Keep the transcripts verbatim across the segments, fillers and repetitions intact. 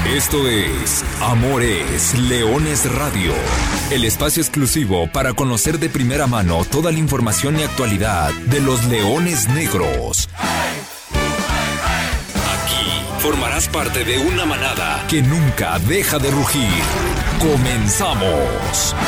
Esto es Amores Leones Radio, el espacio exclusivo para conocer de primera mano toda la información y actualidad de los Leones Negros. Aquí formarás parte de una manada que nunca deja de rugir. ¡Comenzamos!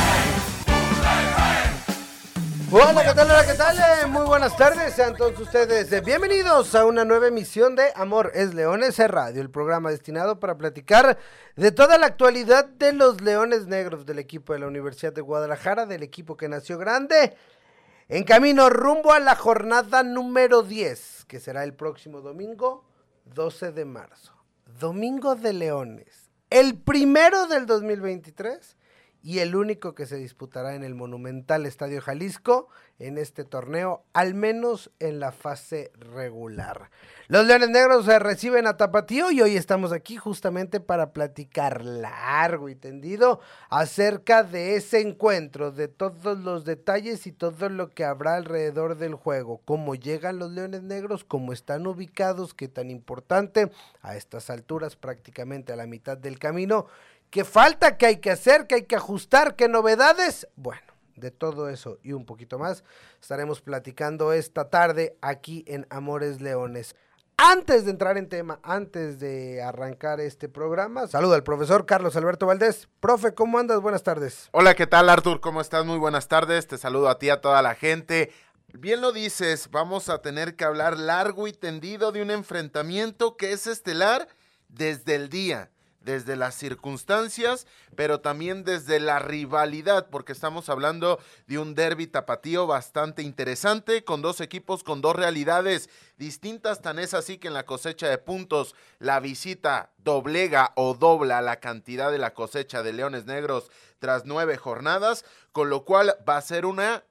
Hola, ¿qué tal? Hola, ¿qué tal? Muy buenas tardes, sean todos ustedes bienvenidos a una nueva emisión de Amor es Leones Radio, el programa destinado para platicar de toda la actualidad de los Leones Negros, del equipo de la Universidad de Guadalajara, del equipo que nació grande, en camino rumbo a la jornada número diez, que será el próximo domingo, doce de marzo, Domingo de Leones, el primero del dos mil veintitrés, y el único que se disputará en el monumental Estadio Jalisco en este torneo, al menos en la fase regular. Los Leones Negros se reciben a Tapatío y hoy estamos aquí justamente para platicar largo y tendido acerca de ese encuentro, de todos los detalles y todo lo que habrá alrededor del juego, cómo llegan los Leones Negros, cómo están ubicados, qué tan importante a estas alturas, prácticamente a la mitad del camino. ¿Qué falta? ¿Qué hay que hacer? ¿Qué hay que ajustar? ¿Qué novedades? Bueno, de todo eso y un poquito más estaremos platicando esta tarde aquí en Amores Leones. Antes de entrar en tema, antes de arrancar este programa, saludo al profesor Carlos Alberto Valdés. Profe, ¿cómo andas? Buenas tardes. Hola, ¿qué tal, Artur? ¿Cómo estás? Muy buenas tardes. Te saludo a ti, a toda la gente. Bien lo dices, vamos a tener que hablar largo y tendido de un enfrentamiento que es estelar desde el día, desde las circunstancias, pero también desde la rivalidad, porque estamos hablando de un derbi tapatío bastante interesante, con dos equipos con dos realidades distintas. Tan es así que en la cosecha de puntos la visita doblega o dobla la cantidad de la cosecha de Leones Negros tras nueve jornadas, con lo cual va a ser una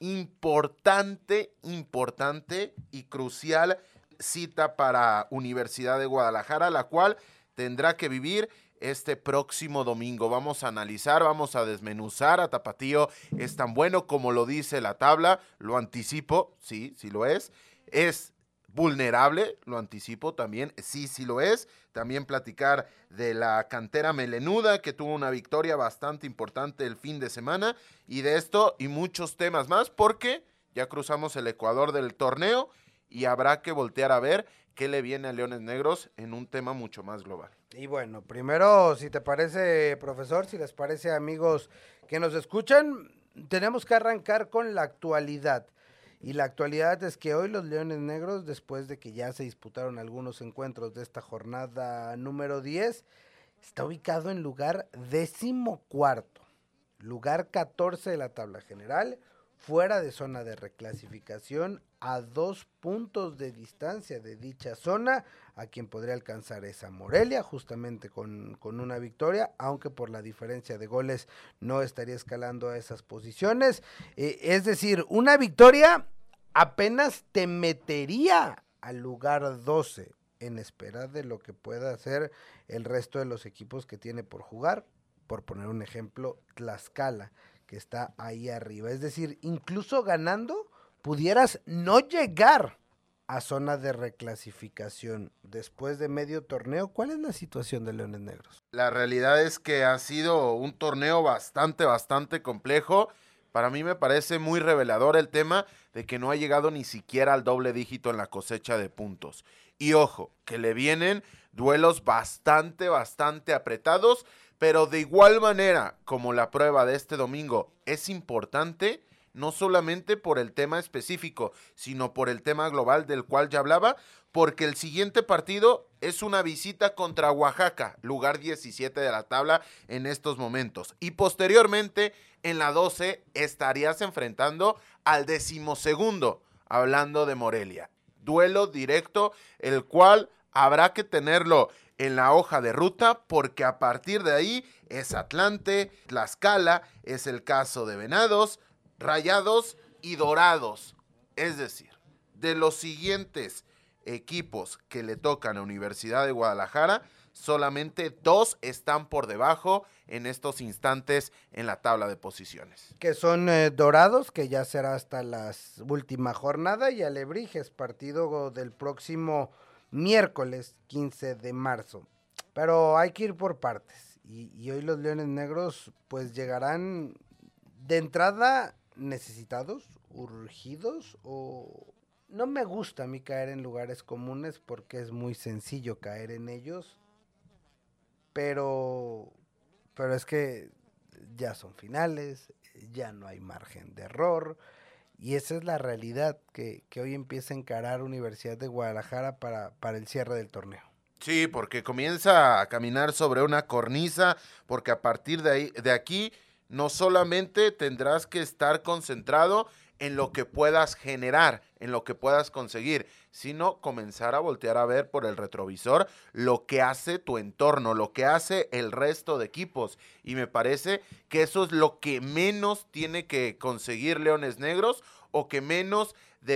importante, importante y crucial cita para Universidad de Guadalajara, la cual tendrá que vivir este próximo domingo. Vamos a analizar, vamos a desmenuzar a Tapatío. Es tan bueno como lo dice la tabla, lo anticipo, sí, sí lo es. Es vulnerable, lo anticipo también, sí, sí lo es. También platicar de la cantera melenuda, que tuvo una victoria bastante importante el fin de semana. Y de esto y muchos temas más, porque ya cruzamos el ecuador del torneo y habrá que voltear a ver qué le viene a Leones Negros en un tema mucho más global. Y bueno, primero, si te parece, profesor, si les parece, amigos que nos escuchan, tenemos que arrancar con la actualidad. Y la actualidad es que hoy los Leones Negros, después de que ya se disputaron algunos encuentros de esta jornada número diez, está ubicado en lugar decimocuarto, lugar catorce de la tabla general, fuera de zona de reclasificación, a dos puntos de distancia de dicha zona. A quien podría alcanzar es a Morelia, justamente con, con una victoria, aunque por la diferencia de goles no estaría escalando a esas posiciones. Eh, es decir, una victoria apenas te metería al lugar doce, en espera de lo que pueda hacer el resto de los equipos que tiene por jugar. Por poner un ejemplo, Tlaxcala, que está ahí arriba. Es decir, incluso ganando, pudieras no llegar a zona de reclasificación después de medio torneo. ¿Cuál es la situación de Leones Negros? La realidad es que ha sido un torneo bastante, bastante complejo. Para mí me parece muy revelador el tema de que no ha llegado ni siquiera al doble dígito en la cosecha de puntos. Y ojo, que le vienen duelos bastante, bastante apretados, pero de igual manera, como la prueba de este domingo es importante, no solamente por el tema específico, sino por el tema global del cual ya hablaba, porque el siguiente partido es una visita contra Oaxaca, lugar diecisiete de la tabla en estos momentos. Y posteriormente, en la doce, estarías enfrentando al decimosegundo, hablando de Morelia. Duelo directo, el cual habrá que tenerlo en la hoja de ruta, porque a partir de ahí es Atlante, Tlaxcala, es el caso de Venados, Rayados y Dorados. Es decir, de los siguientes equipos que le tocan a Universidad de Guadalajara, solamente dos están por debajo en estos instantes en la tabla de posiciones. Que son eh, Dorados, que ya será hasta la última jornada, y Alebrijes, partido del próximo miércoles quince de marzo. Pero hay que ir por partes. Y, y hoy los Leones Negros pues llegarán de entrada necesitados, urgidos o... No me gusta a mí caer en lugares comunes porque es muy sencillo caer en ellos. Pero, pero es que ya son finales, ya no hay margen de error. Y esa es la realidad que, que hoy empieza a encarar Universidad de Guadalajara para, para el cierre del torneo. Sí, porque comienza a caminar sobre una cornisa, porque a partir de ahí, de aquí, no solamente tendrás que estar concentrado en lo que puedas generar, en lo que puedas conseguir, sino comenzar a voltear a ver por el retrovisor lo que hace tu entorno, lo que hace el resto de equipos. Y me parece que eso es lo que menos tiene que conseguir Leones Negros, o que menos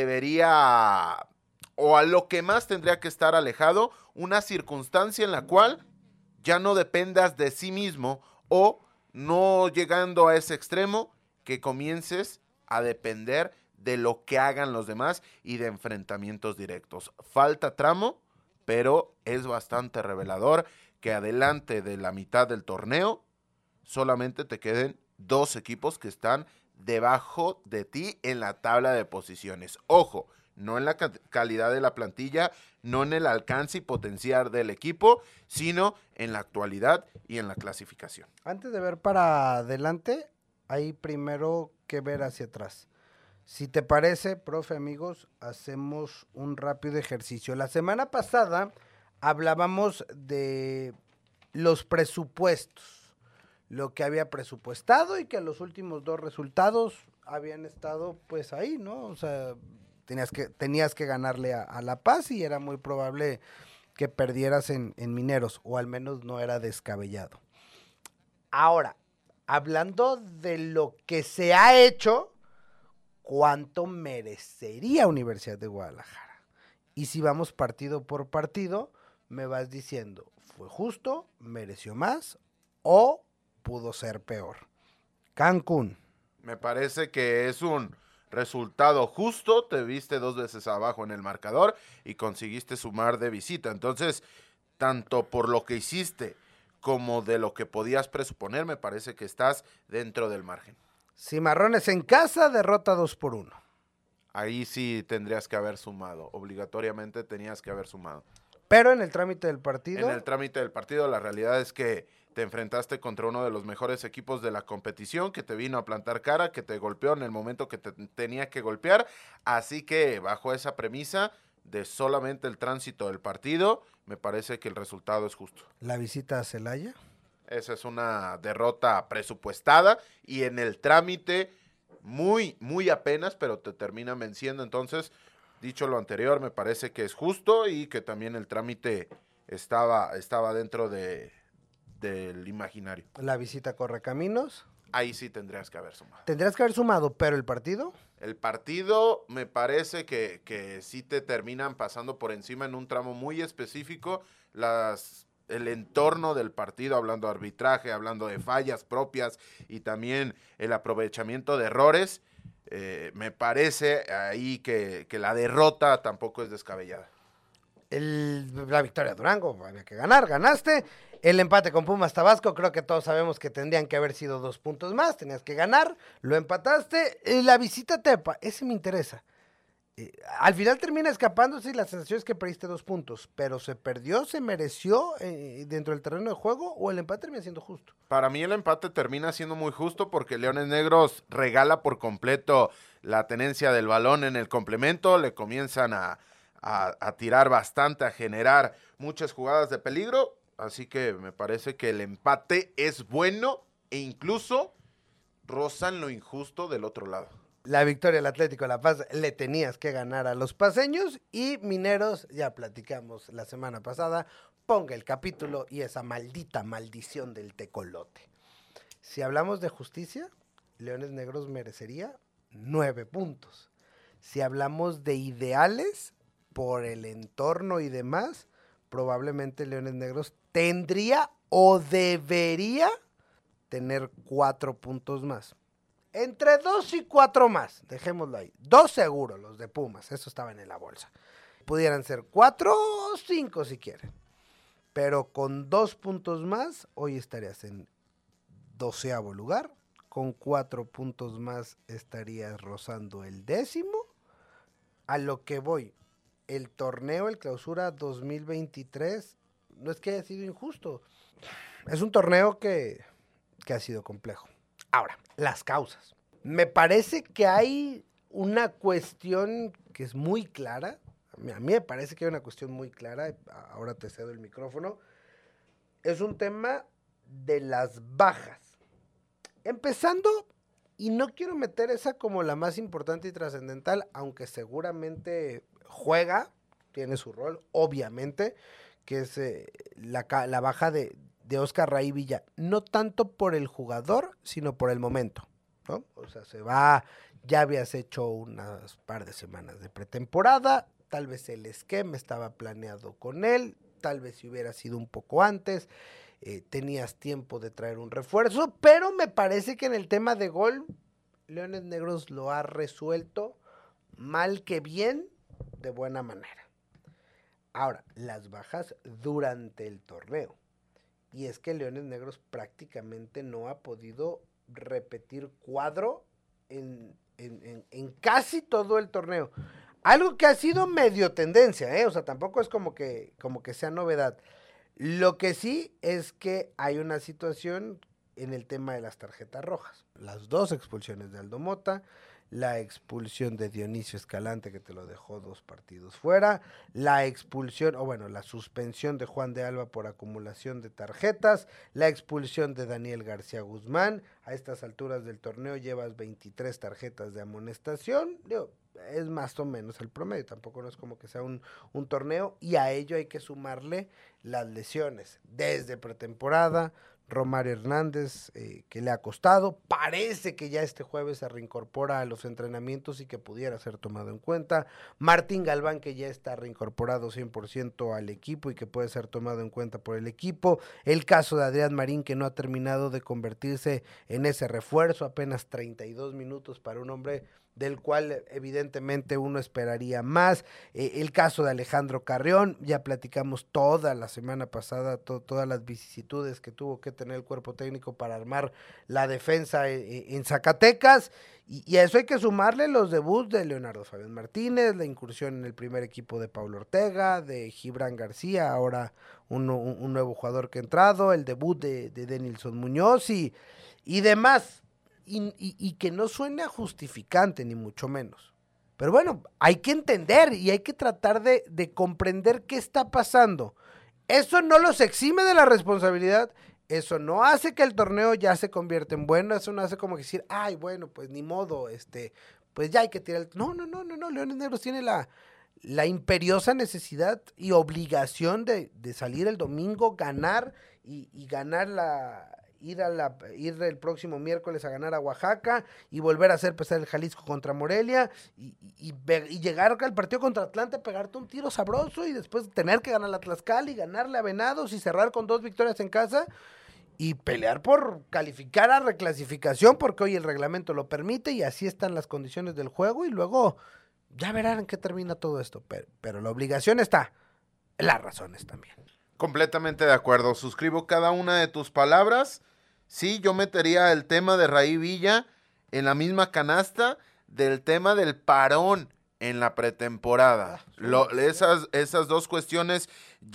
debería, o a lo que más tendría que estar alejado, una circunstancia en la cual ya no dependas de sí mismo, o no llegando a ese extremo que comiences a depender de lo que hagan los demás y de enfrentamientos directos. Falta tramo, pero es bastante revelador que adelante de la mitad del torneo solamente te queden dos equipos que están debajo de ti en la tabla de posiciones. Ojo, no en la ca- calidad de la plantilla, no en el alcance y potencial del equipo, sino en la actualidad y en la clasificación. Antes de ver para adelante, hay primero que ver hacia atrás. Si te parece, profe, amigos, hacemos un rápido ejercicio. La semana pasada hablábamos de los presupuestos, lo que había presupuestado y que los últimos dos resultados habían estado pues ahí, ¿no? O sea, tenías que, tenías que ganarle a, a La Paz y era muy probable que perdieras en, en Mineros, o al menos no era descabellado. Ahora, hablando de lo que se ha hecho, ¿cuánto merecería Universidad de Guadalajara? Y si vamos partido por partido, me vas diciendo, ¿fue justo? ¿Mereció más? ¿O pudo ser peor? Cancún. Me parece que es un resultado justo, te viste dos veces abajo en el marcador y conseguiste sumar de visita. Entonces, tanto por lo que hiciste como de lo que podías presuponer, me parece que estás dentro del margen. Cimarrones en casa, derrota dos por uno. Ahí sí tendrías que haber sumado, obligatoriamente tenías que haber sumado. Pero en el trámite del partido... En el trámite del partido, la realidad es que te enfrentaste contra uno de los mejores equipos de la competición, que te vino a plantar cara, que te golpeó en el momento que te tenía que golpear. Así que bajo esa premisa de solamente el tránsito del partido, me parece que el resultado es justo. La visita a Celaya. Esa es una derrota presupuestada y en el trámite muy, muy apenas, pero te terminan venciendo. Entonces, dicho lo anterior, me parece que es justo y que también el trámite estaba, estaba dentro de, del imaginario. La visita a Correcaminos. Ahí sí tendrías que haber sumado. Tendrías que haber sumado, pero el partido... El partido me parece que, que sí te terminan pasando por encima en un tramo muy específico. Las, el entorno del partido, hablando de arbitraje, hablando de fallas propias y también el aprovechamiento de errores, eh, me parece ahí que, que la derrota tampoco es descabellada. El, la victoria de Durango, había que ganar, ganaste. El empate con Pumas Tabasco, creo que todos sabemos que tendrían que haber sido dos puntos más, tenías que ganar, lo empataste. Y la visita a Tepa, ese me interesa. Eh, al final termina escapándose y la sensación es que perdiste dos puntos, pero ¿se perdió, se mereció eh, dentro del terreno de juego o el empate termina siendo justo? Para mí el empate termina siendo muy justo porque Leones Negros regala por completo la tenencia del balón en el complemento, le comienzan a, a, a tirar bastante, a generar muchas jugadas de peligro. Así que me parece que el empate es bueno e incluso rozan lo injusto del otro lado. La victoria del Atlético de La Paz le tenías que ganar a los paceños y Mineros, ya platicamos la semana pasada, ponga el capítulo y esa maldita maldición del tecolote. Si hablamos de justicia, Leones Negros merecería nueve puntos. Si hablamos de ideales por el entorno y demás, probablemente Leones Negros tendría o debería tener cuatro puntos más. Entre dos y cuatro más, dejémoslo ahí. Dos seguros, los de Pumas, eso estaban en la bolsa. Pudieran ser cuatro o cinco si quieren. pero con dos puntos más, hoy estarías en doceavo lugar, con cuatro puntos más estarías rozando el décimo. A lo que voy, el torneo, el clausura dos mil veintitrés, no es que haya sido injusto, es un torneo que, que ha sido complejo. Ahora, las causas. Me parece que hay una cuestión que es muy clara, a mí, a mí me parece que hay una cuestión muy clara, ahora te cedo el micrófono, es un tema de las bajas. Empezando, y no quiero meter esa como la más importante y trascendental, aunque seguramente juega, tiene su rol, obviamente, que es eh, la, la baja de, de Óscar Raí Villa, no tanto por el jugador, sino por el momento, ¿no? O sea, se va, ya habías hecho unas par de semanas de pretemporada, tal vez el esquema estaba planeado con él, tal vez si hubiera sido un poco antes, eh, tenías tiempo de traer un refuerzo, pero me parece que en el tema de gol, Leones Negros lo ha resuelto mal que bien, de buena manera. Ahora, las bajas durante el torneo. Y es que Leones Negros prácticamente no ha podido repetir cuadro en, en, en, en casi todo el torneo. Algo que ha sido medio tendencia, ¿eh? O sea, tampoco es como que, como que sea novedad. Lo que sí es que hay una situación en el tema de las tarjetas rojas. Las dos expulsiones de Aldo Mota, la expulsión de Dionisio Escalante, que te lo dejó dos partidos fuera, la expulsión, o bueno, la suspensión de Juan de Alba por acumulación de tarjetas, la expulsión de Daniel García Guzmán. A estas alturas del torneo llevas veintitrés tarjetas de amonestación, digo, es más o menos el promedio, tampoco no es como que sea un, un torneo, y a ello hay que sumarle las lesiones desde pretemporada. Romario Hernández, eh, que le ha costado, parece que ya este jueves se reincorpora a los entrenamientos y que pudiera ser tomado en cuenta. Martín Galván, que ya está reincorporado cien por ciento al equipo y que puede ser tomado en cuenta por el equipo. El caso de Adrián Marín, que no ha terminado de convertirse en ese refuerzo, apenas treinta y dos minutos para un hombre del cual evidentemente uno esperaría más. Eh, el caso de Alejandro Carrión, ya platicamos toda la semana pasada, to- todas las vicisitudes que tuvo que tener el cuerpo técnico para armar la defensa en, en Zacatecas, y, y a eso hay que sumarle los debuts de Leonardo Fabián Martínez, la incursión en el primer equipo de Pablo Ortega, de Gibran García, ahora un, un, un nuevo jugador que ha entrado, el debut de, de Denilson Muñoz y, y demás. Y, y, y que no suene a justificante, ni mucho menos. Pero bueno, hay que entender y hay que tratar de, de comprender qué está pasando. Eso no los exime de la responsabilidad, eso no hace que el torneo ya se convierta en bueno, eso no hace como decir, ay, bueno, pues ni modo, este, pues ya hay que tirar el... No, no, no, no, no, Leones Negros tiene la, la imperiosa necesidad y obligación de, de salir el domingo, ganar y, y ganar la... Ir, a la, ir el próximo miércoles a ganar a Oaxaca y volver a hacer pesar el Jalisco contra Morelia y, y, y, y llegar al partido contra Atlante, pegarte un tiro sabroso y después tener que ganar a Tlaxcala y ganarle a Venados y cerrar con dos victorias en casa y pelear por calificar a reclasificación porque hoy el reglamento lo permite y así están las condiciones del juego y luego ya verán en qué termina todo esto, pero, pero la obligación está, las razones también. Completamente de acuerdo, suscribo cada una de tus palabras. Sí, yo metería el tema de Raí Villa en la misma canasta del tema del parón en la pretemporada. Ah, Lo, esas, esas dos cuestiones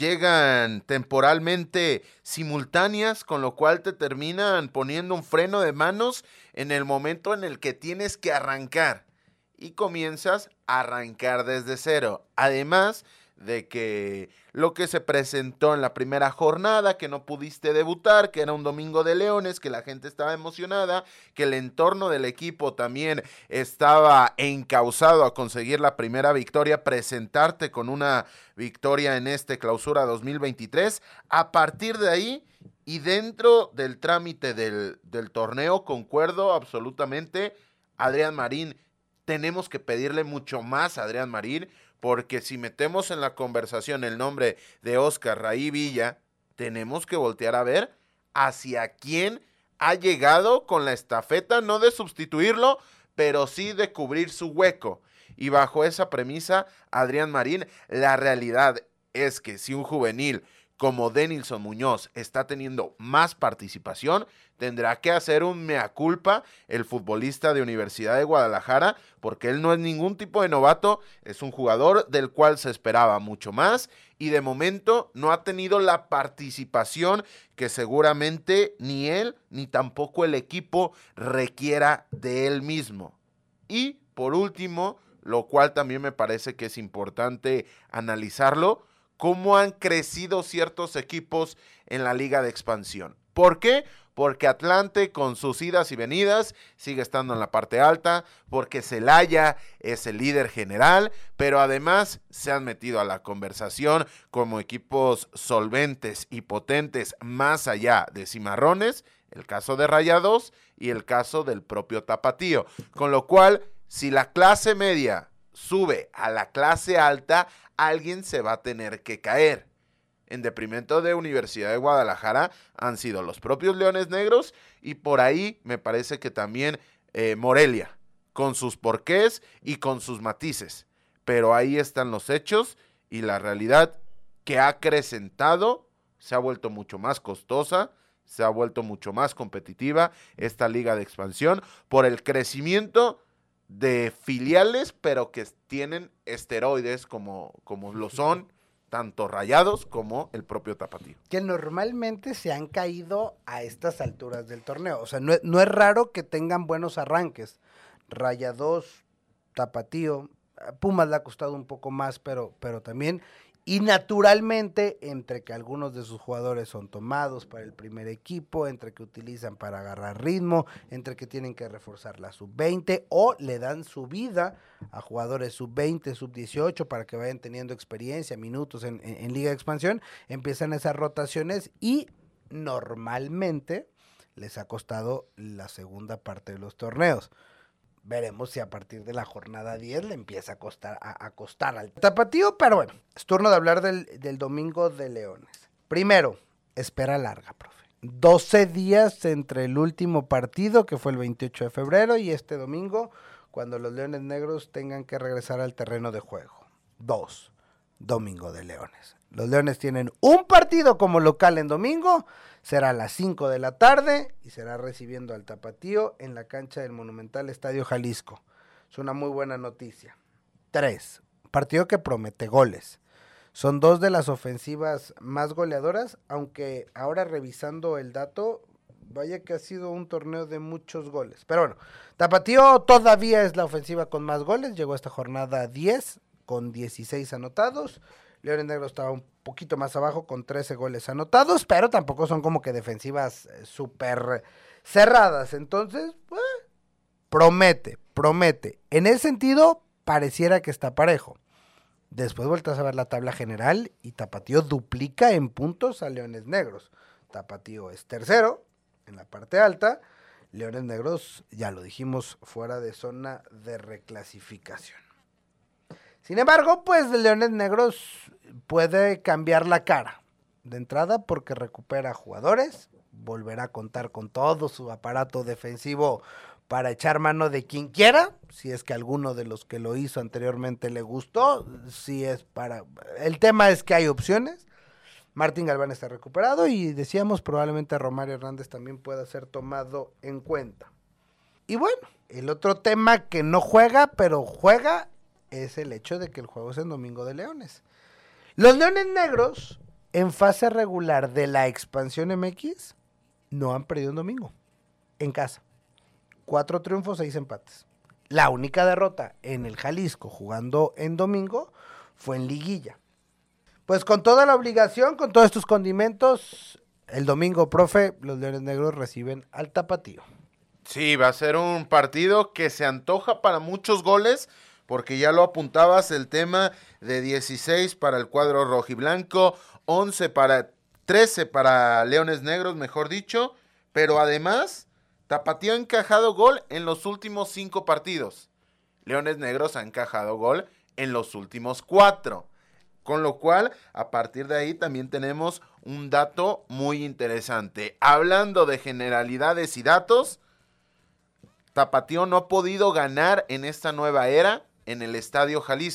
llegan temporalmente simultáneas, con lo cual te terminan poniendo un freno de manos en el momento en el que tienes que arrancar y comienzas a arrancar desde cero. Además de que lo que se presentó en la primera jornada, que no pudiste debutar, que era un domingo de Leones, que la gente estaba emocionada, que el entorno del equipo también estaba encauzado a conseguir la primera victoria, presentarte con una victoria en este clausura dos mil veintitrés. A partir de ahí y dentro del trámite del, del torneo, concuerdo absolutamente, Adrián Marín, tenemos que pedirle mucho más a Adrián Marín, porque si metemos en la conversación el nombre de Óscar Raí Villa, tenemos que voltear a ver hacia quién ha llegado con la estafeta, no de sustituirlo, pero sí de cubrir su hueco. Y bajo esa premisa, Adrián Marín, la realidad es que si un juvenil como Denilson Muñoz está teniendo más participación, tendrá que hacer un mea culpa el futbolista de Universidad de Guadalajara, porque él no es ningún tipo de novato, es un jugador del cual se esperaba mucho más y de momento no ha tenido la participación que seguramente ni él ni tampoco el equipo requiera de él mismo. Y por último, lo cual también me parece que es importante analizarlo, cómo han crecido ciertos equipos en la Liga de Expansión. ¿Por qué? Porque Atlante con sus idas y venidas sigue estando en la parte alta, porque Celaya es el líder general, pero además se han metido a la conversación como equipos solventes y potentes más allá de Cimarrones, el caso de Rayados y el caso del propio Tapatío, con lo cual si la clase media sube a la clase alta, alguien se va a tener que caer. En detrimento de Universidad de Guadalajara han sido los propios Leones Negros y por ahí me parece que también eh, Morelia, con sus porqués y con sus matices. Pero ahí están los hechos y la realidad que ha acrecentado, se ha vuelto mucho más costosa, se ha vuelto mucho más competitiva esta Liga de Expansión por el crecimiento de filiales, pero que tienen esteroides como, como lo son tanto Rayados como el propio Tapatío. Que normalmente se han caído a estas alturas del torneo. O sea, no, no es raro que tengan buenos arranques. Rayados, Tapatío, Pumas le ha costado un poco más, pero, pero también... Y naturalmente, entre que algunos de sus jugadores son tomados para el primer equipo, entre que utilizan para agarrar ritmo, entre que tienen que reforzar la sub veinte o le dan su vida a jugadores sub veinte, sub dieciocho para que vayan teniendo experiencia, minutos en, en, en Liga de Expansión, empiezan esas rotaciones y normalmente les ha costado la segunda parte de los torneos. Veremos si a partir de la jornada diez le empieza a costar a, a costar al Tapatío, pero bueno, es turno de hablar del, del domingo de Leones. Primero, espera larga, profe. doce días entre el último partido, que fue el veintiocho de febrero, y este domingo, cuando los Leones Negros tengan que regresar al terreno de juego. Dos, domingo de Leones. Los Leones tienen un partido como local en domingo, será a las cinco de la tarde y será recibiendo al Tapatío en la cancha del Monumental Estadio Jalisco. Es una muy buena noticia. Tres, partido que promete goles. Son dos de las ofensivas más goleadoras, aunque ahora revisando el dato, vaya que ha sido un torneo de muchos goles. Pero bueno, Tapatío todavía es la ofensiva con más goles, llegó a esta jornada diez con dieciséis anotados. Leones Negros estaba un poquito más abajo con trece goles anotados, pero tampoco son como que defensivas eh, súper cerradas. Entonces, eh, promete, promete. En ese sentido, pareciera que está parejo. Después vueltas a ver la tabla general y Tapatío duplica en puntos a Leones Negros. Tapatío es tercero en la parte alta. Leones Negros, ya lo dijimos, fuera de zona de reclasificación. Sin embargo, pues Leones Negros puede cambiar la cara de entrada porque recupera jugadores, volverá a contar con todo su aparato defensivo para echar mano de quien quiera, si es que alguno de los que lo hizo anteriormente le gustó, si es para... El tema es que hay opciones. Martín Galván está recuperado y decíamos probablemente Romario Hernández también pueda ser tomado en cuenta. Y bueno, el otro tema que no juega, pero juega, es el hecho de que el juego es en Domingo de Leones. Los Leones Negros, en fase regular de la expansión M X, no han perdido un domingo, en casa. Cuatro triunfos, seis empates. La única derrota en el Jalisco, jugando en domingo, fue en liguilla. Pues con toda la obligación, con todos estos condimentos, el domingo, profe, los Leones Negros reciben al Tapatío. Sí, va a ser un partido que se antoja para muchos goles, porque ya lo apuntabas, el tema de dieciséis para el cuadro rojiblanco, once para, trece para Leones Negros, mejor dicho, pero además, Tapatío ha encajado gol en los últimos cinco partidos. Leones Negros ha encajado gol en los últimos cuatro, con lo cual, a partir de ahí también tenemos un dato muy interesante. Hablando de generalidades y datos, Tapatío no ha podido ganar en esta nueva era en el Estadio Jalisco.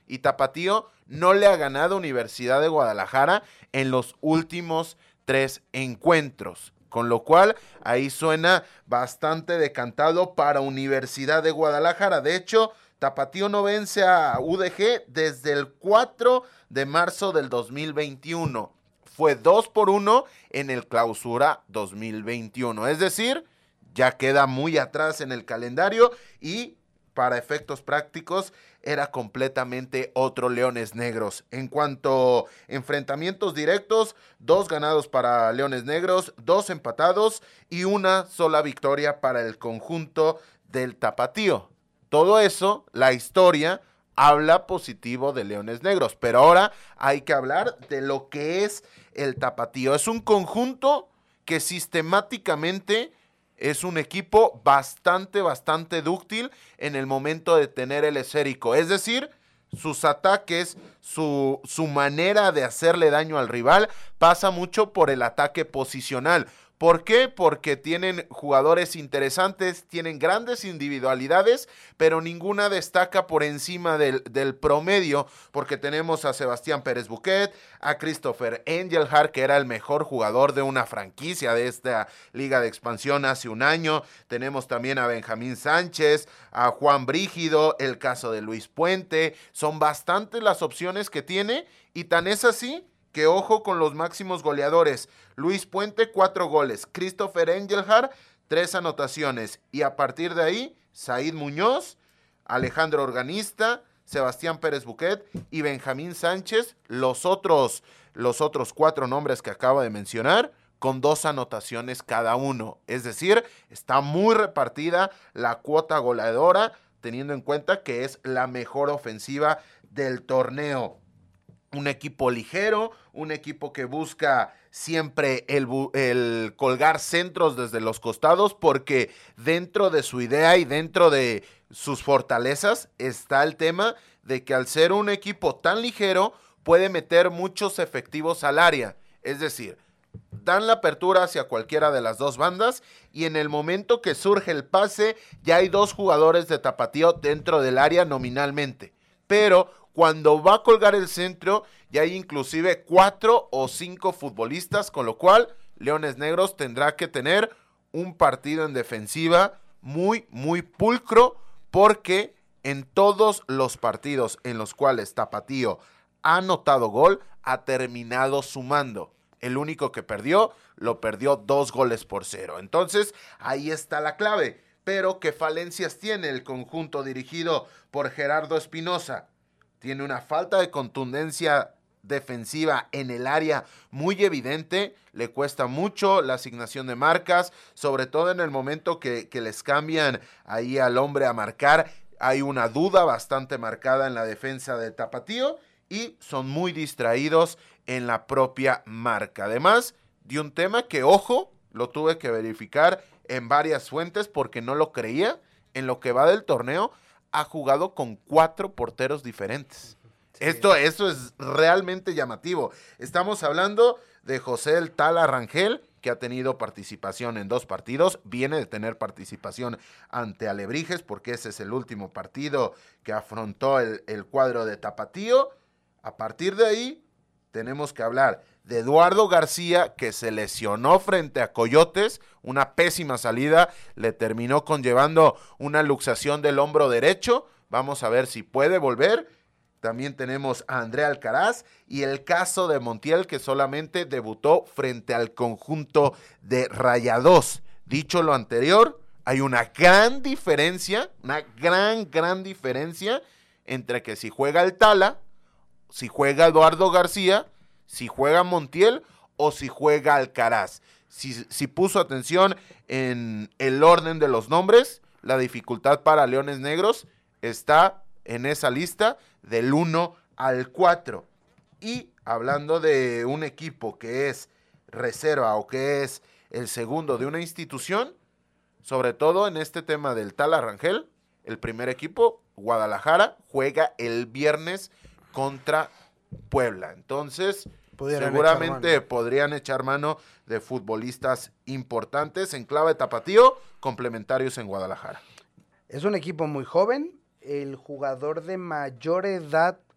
y Tapatío no le ha ganado a Universidad de Guadalajara en los últimos tres encuentros. Con lo cual, ahí suena bastante decantado para Universidad de Guadalajara. De hecho, Tapatío no vence a U D G desde el cuatro de marzo del dos mil veintiuno. Fue dos por uno en el Clausura dos mil veintiuno. Es decir, ya queda muy atrás en el calendario y para efectos prácticos era completamente otro Leones Negros. En cuanto a enfrentamientos directos, dos ganados para Leones Negros, dos empatados y una sola victoria para el conjunto del Tapatío. Todo eso, la historia, habla positivo de Leones Negros, pero ahora hay que hablar de lo que es el Tapatío. Es un conjunto que sistemáticamente es un equipo bastante, bastante dúctil en el momento de tener el esférico. Es decir, sus ataques, su, su manera de hacerle daño al rival pasa mucho por el ataque posicional. ¿Por qué? Porque tienen jugadores interesantes, tienen grandes individualidades, pero ninguna destaca por encima del, del promedio, porque tenemos a Sebastián Pérez Buquet, a Christopher Engelhardt, que era el mejor jugador de una franquicia de esta Liga de Expansión hace un año, tenemos también a Benjamín Sánchez, a Juan Brígido, el caso de Luis Puente, son bastantes las opciones que tiene, y tan es así que ojo con los máximos goleadores. Luis Puente, cuatro goles. Christopher Engelhardt, tres anotaciones. Y a partir de ahí, Said Muñoz, Alejandro Organista, Sebastián Pérez Buquet y Benjamín Sánchez, los otros, los otros cuatro nombres que acabo de mencionar, con dos anotaciones cada uno. Es decir, está muy repartida la cuota goleadora, teniendo en cuenta que es la mejor ofensiva del torneo. Un equipo ligero, un equipo que busca siempre el, el colgar centros desde los costados, porque dentro de su idea y dentro de sus fortalezas está el tema de que al ser un equipo tan ligero puede meter muchos efectivos al área. Es decir, dan la apertura hacia cualquiera de las dos bandas y en el momento que surge el pase ya hay dos jugadores de Tapatío dentro del área nominalmente, pero cuando va a colgar el centro, ya hay inclusive cuatro o cinco futbolistas, con lo cual Leones Negros tendrá que tener un partido en defensiva muy, muy pulcro, porque en todos los partidos en los cuales Tapatío ha anotado gol, ha terminado sumando. El único que perdió, lo perdió dos goles por cero. Entonces, ahí está la clave. Pero, ¿qué falencias tiene el conjunto dirigido por Gerardo Espinosa? Tiene una falta de contundencia defensiva en el área muy evidente, le cuesta mucho la asignación de marcas, sobre todo en el momento que, que les cambian ahí al hombre a marcar, hay una duda bastante marcada en la defensa de Tapatío y son muy distraídos en la propia marca. Además de un tema que, ojo, lo tuve que verificar en varias fuentes porque no lo creía, en lo que va del torneo, ha jugado con cuatro porteros diferentes. Sí. Esto, esto es realmente llamativo. Estamos hablando de José el Tala Rangel, que ha tenido participación en dos partidos, viene de tener participación ante Alebrijes, porque ese es el último partido que afrontó el, el cuadro de Tapatío. A partir de ahí, tenemos que hablar de Eduardo García, que se lesionó frente a Coyotes, una pésima salida, le terminó conllevando una luxación del hombro derecho, vamos a ver si puede volver. También tenemos a André Alcaraz y el caso de Montiel, que solamente debutó frente al conjunto de Rayados. Dicho lo anterior, hay una gran diferencia, una gran, gran diferencia entre que si juega el Tala, si juega Eduardo García, si juega Montiel o si juega Alcaraz. Si, si puso atención en el orden de los nombres, la dificultad para Leones Negros está en esa lista del uno al cuatro. Y hablando de un equipo que es reserva o que es el segundo de una institución, sobre todo en este tema del Tala Rangel, el primer equipo, Guadalajara, juega el viernes contra Puebla. Entonces, Pudieran seguramente echar podrían echar mano de futbolistas importantes en clave Tapatío, complementarios en Guadalajara. Es un equipo muy joven. El jugador de mayor edad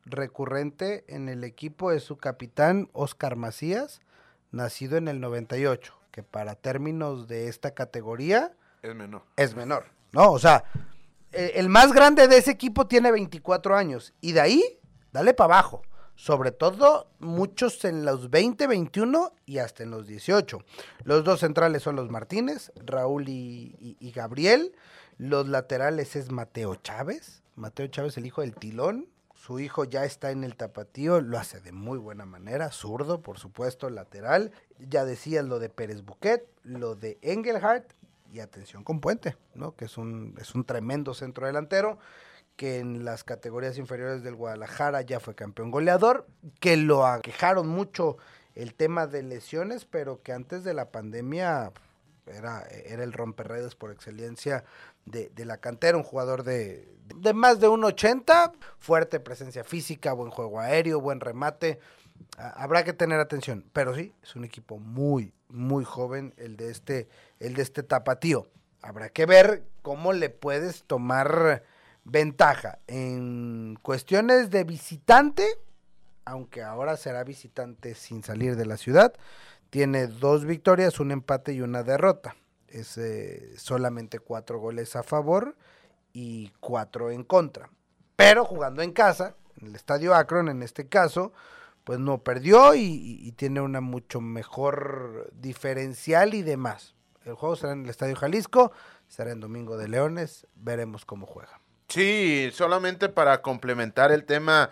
recurrente en el equipo es su capitán Oscar Macías, nacido en el noventa y ocho, que para términos de esta categoría es menor. Es menor, ¿no? O sea, el, el más grande de ese equipo tiene veinticuatro años y de ahí, dale para abajo. Sobre todo muchos en los veinte, veintiuno y hasta en los dieciocho. Los dos centrales son los Martínez, Raúl y, y, y Gabriel. Los laterales es Mateo Chávez. Mateo Chávez, el hijo del Tilón. Su hijo ya está en el Tapatío, lo hace de muy buena manera. Zurdo, por supuesto, lateral. Ya decías lo de Pérez Buquet, lo de Engelhardt y atención con Puente, ¿no? Que es un, es un tremendo centro delantero, que en las categorías inferiores del Guadalajara ya fue campeón goleador, que lo aquejaron mucho el tema de lesiones, pero que antes de la pandemia era, era el romperredes por excelencia de, de la cantera, un jugador de, de más de uno ochenta, fuerte presencia física, buen juego aéreo, buen remate, ah, habrá que tener atención, pero sí, es un equipo muy, muy joven el de este, el de este Tapatío. Habrá que ver cómo le puedes tomar ventaja en cuestiones de visitante, aunque ahora será visitante sin salir de la ciudad. Tiene dos victorias, un empate y una derrota. Es eh, solamente cuatro goles a favor y cuatro en contra. Pero jugando en casa, en el Estadio Akron en este caso, pues no perdió y, y, y tiene una mucho mejor diferencial y demás. El juego será en el Estadio Jalisco, será en Domingo de Leones, veremos cómo juega. Sí, solamente para complementar el tema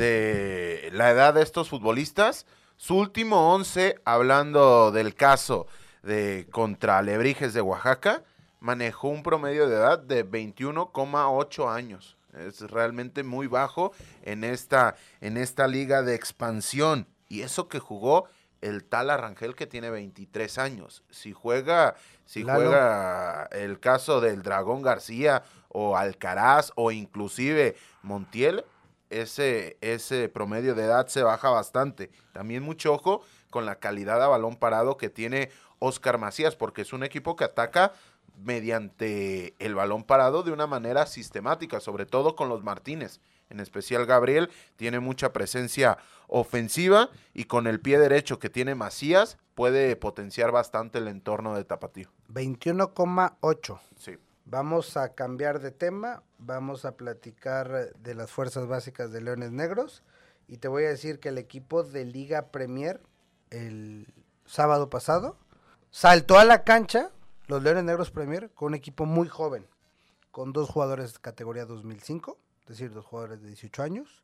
de la edad de estos futbolistas, su último once, hablando del caso de contra Alebrijes de Oaxaca, manejó un promedio de edad de veintiuno coma ocho años. Es realmente muy bajo en esta, en esta liga de expansión. Y eso que jugó el tal Arrangel, que tiene veintitrés años. Si juega, si Lalo. juega el caso del Dragón García o Alcaraz o inclusive Montiel, ese, ese promedio de edad se baja bastante. También mucho ojo con la calidad a balón parado que tiene Oscar Macías, porque es un equipo que ataca mediante el balón parado de una manera sistemática, sobre todo con los Martínez. En especial Gabriel tiene mucha presencia ofensiva y con el pie derecho que tiene Macías puede potenciar bastante el entorno de Tapatío. veintiuno coma ocho. Sí. Vamos a cambiar de tema, vamos a platicar de las fuerzas básicas de Leones Negros y te voy a decir que el equipo de Liga Premier el sábado pasado saltó a la cancha, los Leones Negros Premier, con un equipo muy joven, con dos jugadores de categoría dos mil cinco, es decir, dos jugadores de dieciocho años,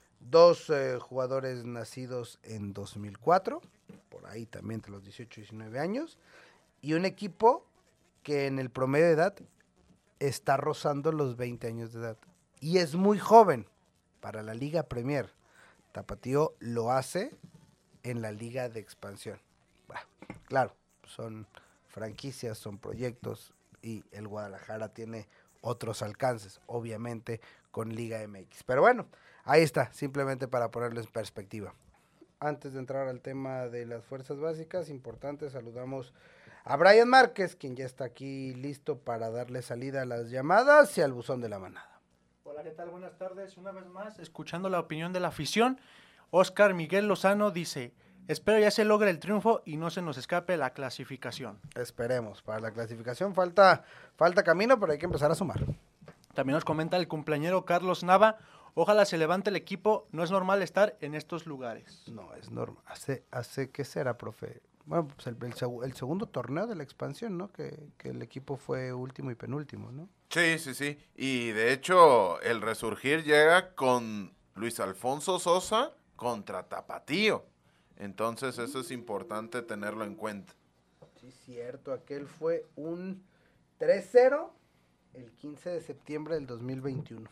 dos eh, jugadores nacidos en dos mil cuatro, por ahí también entre los dieciocho y diecinueve años, y un equipo que en el promedio de edad está rozando los veinte años de edad. Y es muy joven para la Liga Premier. Tapatío lo hace en la Liga de Expansión. Bueno, claro, son franquicias, son proyectos y el Guadalajara tiene otros alcances, obviamente, con Liga M X. Pero bueno, ahí está, simplemente para ponerlo en perspectiva. Antes de entrar al tema de las fuerzas básicas, importante, saludamos a Brian Márquez, quien ya está aquí listo para darle salida a las llamadas y al buzón de la manada. Hola, ¿qué tal? Buenas tardes. Una vez más, escuchando la opinión de la afición, Oscar Miguel Lozano dice: espero ya se logre el triunfo y no se nos escape la clasificación. Esperemos, para la clasificación falta, falta camino, pero hay que empezar a sumar. También nos comenta el cumpleañero Carlos Nava: ojalá se levante el equipo, no es normal estar en estos lugares. No, es normal. Hace, hace ¿qué será, profe? Bueno, pues el, el, seg- el segundo torneo de la expansión, ¿no? Que, que el equipo fue último y penúltimo, ¿no? Sí, sí, sí. Y de hecho, el resurgir llega con Luis Alfonso Sosa contra Tapatío. Entonces, eso es importante tenerlo en cuenta. Sí, cierto. Aquel fue un tres cero el quince de septiembre del dos mil veintiuno.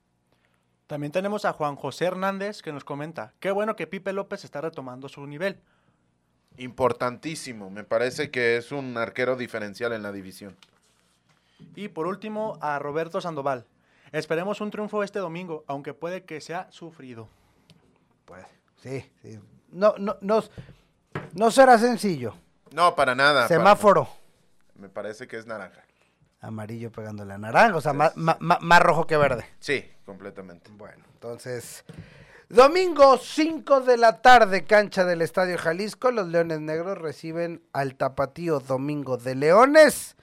También tenemos a Juan José Hernández, que nos comenta: qué bueno que Pipe López está retomando su nivel. Importantísimo. Me parece que es un arquero diferencial en la división. Y por último, a Roberto Sandoval: esperemos un triunfo este domingo, aunque puede que sea sufrido. Pues, sí, sí. No, no, no, no será sencillo. No, para nada. Semáforo. Para... Me parece que es naranja. Amarillo pegándole a naranja, o sea, Sí, más, sí. más, más rojo que verde. Sí, completamente. Bueno, entonces, Domingo cinco de la tarde, cancha del Estadio Jalisco, los Leones Negros reciben al Tapatío Domingo de Leones.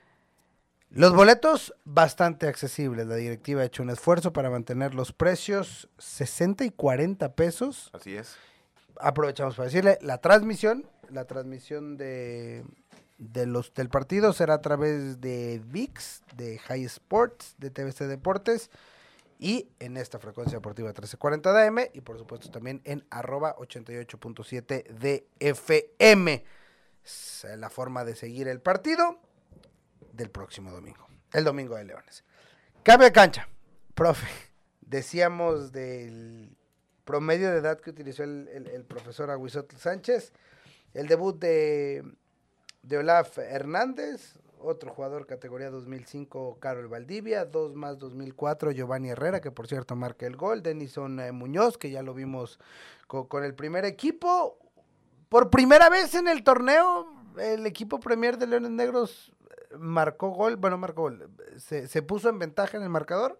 Los boletos bastante accesibles, la directiva ha hecho un esfuerzo para mantener los precios sesenta y cuarenta pesos. Así es. Aprovechamos para decirle, la transmisión, la transmisión de, de los del partido será a través de V I X, de High Sports, de T V C Deportes y en esta frecuencia deportiva trece cuarenta de A M y por supuesto también en arroba ochenta y ocho punto siete de F M. Es la forma de seguir el partido del próximo domingo, el Domingo de Leones. Cambio de cancha, profe, decíamos del promedio de edad que utilizó el, el, el profesor Aguizotl Sánchez, el debut de, de Olaf Hernández, otro jugador categoría dos mil cinco, Karol Valdivia, dos más dos mil cuatro, Giovanni Herrera, que por cierto marca el gol, Denison eh, Muñoz, que ya lo vimos con, con el primer equipo, por primera vez en el torneo, el equipo premier de Leones Negros marcó gol, bueno, marcó gol, se, se puso en ventaja en el marcador,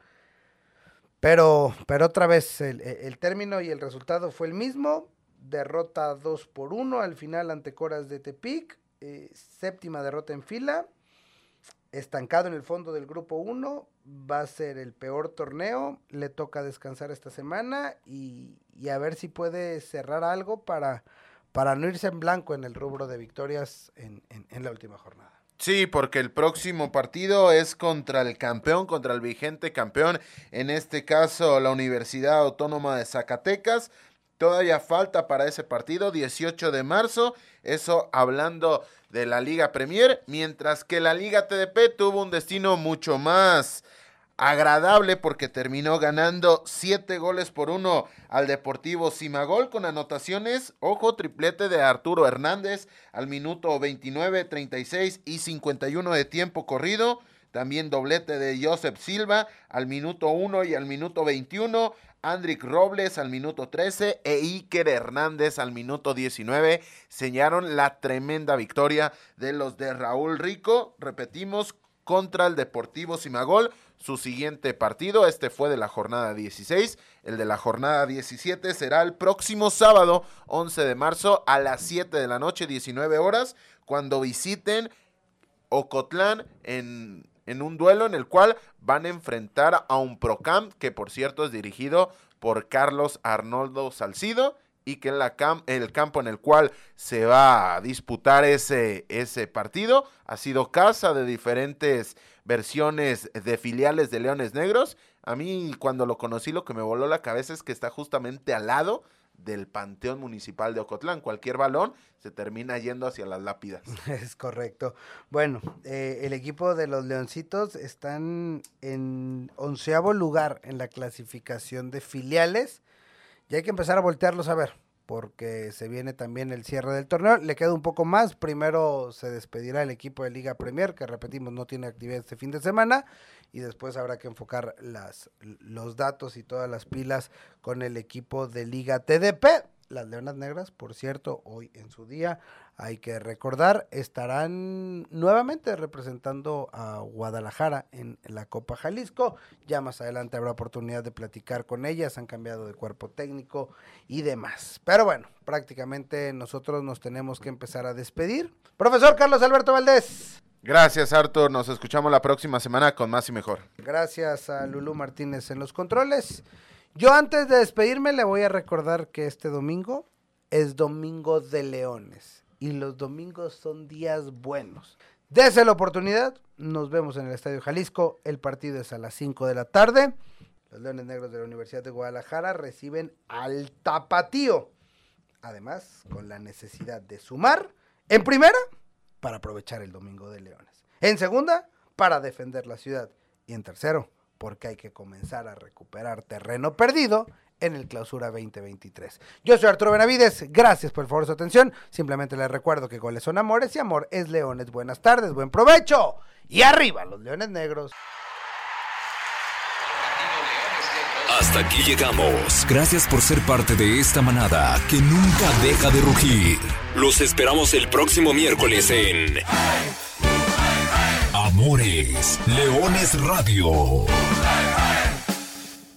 pero, pero otra vez el, el término y el resultado fue el mismo, derrota dos por uno al final ante Coras de Tepic, eh, séptima derrota en fila, estancado en el fondo del grupo uno, va a ser el peor torneo, le toca descansar esta semana y, y a ver si puede cerrar algo para, para no irse en blanco en el rubro de victorias en, en, en la última jornada. Sí, porque el próximo partido es contra el campeón, contra el vigente campeón, en este caso la Universidad Autónoma de Zacatecas. Todavía falta para ese partido, dieciocho de marzo, eso hablando de la Liga Premier, mientras que la Liga T D P tuvo un destino mucho más agradable porque terminó ganando siete goles por uno al Deportivo Simagol con anotaciones, ojo, triplete de Arturo Hernández al minuto veintinueve, treinta y seis y cincuenta y uno de tiempo corrido, también doblete de Joseph Silva al minuto uno y al minuto veintiuno, Andrick Robles al minuto trece e Iker Hernández al minuto diecinueve, sellaron la tremenda victoria de los de Raúl Rico, repetimos, contra el Deportivo Simagol. Su siguiente partido, este fue de la jornada dieciséis, el de la jornada diecisiete será el próximo sábado, once de marzo, a las siete de la noche, diecinueve horas, cuando visiten Ocotlán en, en un duelo en el cual van a enfrentar a un Procam, que por cierto es dirigido por Carlos Arnoldo Salcido, y que la cam- el campo en el cual se va a disputar ese, ese partido ha sido casa de diferentes versiones de filiales de Leones Negros. A mí cuando lo conocí lo que me voló la cabeza es que está justamente al lado del Panteón Municipal de Ocotlán. Cualquier balón se termina yendo hacia las lápidas. Es correcto. Bueno, eh, el equipo de los Leoncitos están en onceavo lugar en la clasificación de filiales. Y hay que empezar a voltearlos a ver, porque se viene también el cierre del torneo. Le queda un poco más. Primero se despedirá el equipo de Liga Premier, que repetimos no tiene actividad este fin de semana. Y después habrá que enfocar las, los datos y todas las pilas con el equipo de Liga T D P. Las Leonas Negras, por cierto, hoy en su día, hay que recordar, estarán nuevamente representando a Guadalajara en la Copa Jalisco. Ya más adelante habrá oportunidad de platicar con ellas, han cambiado de cuerpo técnico y demás. Pero bueno, prácticamente nosotros nos tenemos que empezar a despedir. Profesor Carlos Alberto Valdés. Gracias, Arthur. Nos escuchamos la próxima semana con más y mejor. Gracias a Lulú Martínez en los controles. Yo antes de despedirme le voy a recordar que este domingo es Domingo de Leones y los domingos son días buenos. Dese la oportunidad, nos vemos en el Estadio Jalisco, el partido es a las cinco de la tarde. Los Leones Negros de la Universidad de Guadalajara reciben al Tapatío, además con la necesidad de sumar en primera para aprovechar el Domingo de Leones, en segunda para defender la ciudad y en tercero porque hay que comenzar a recuperar terreno perdido en el Clausura veinte veintitrés. Yo soy Arturo Benavides, gracias por el favor de su atención. Simplemente les recuerdo que goles son amores y amor es Leones. Buenas tardes, buen provecho y arriba los Leones Negros. Hasta aquí llegamos. Gracias por ser parte de esta manada que nunca deja de rugir. Los esperamos el próximo miércoles en Amores Leones Radio.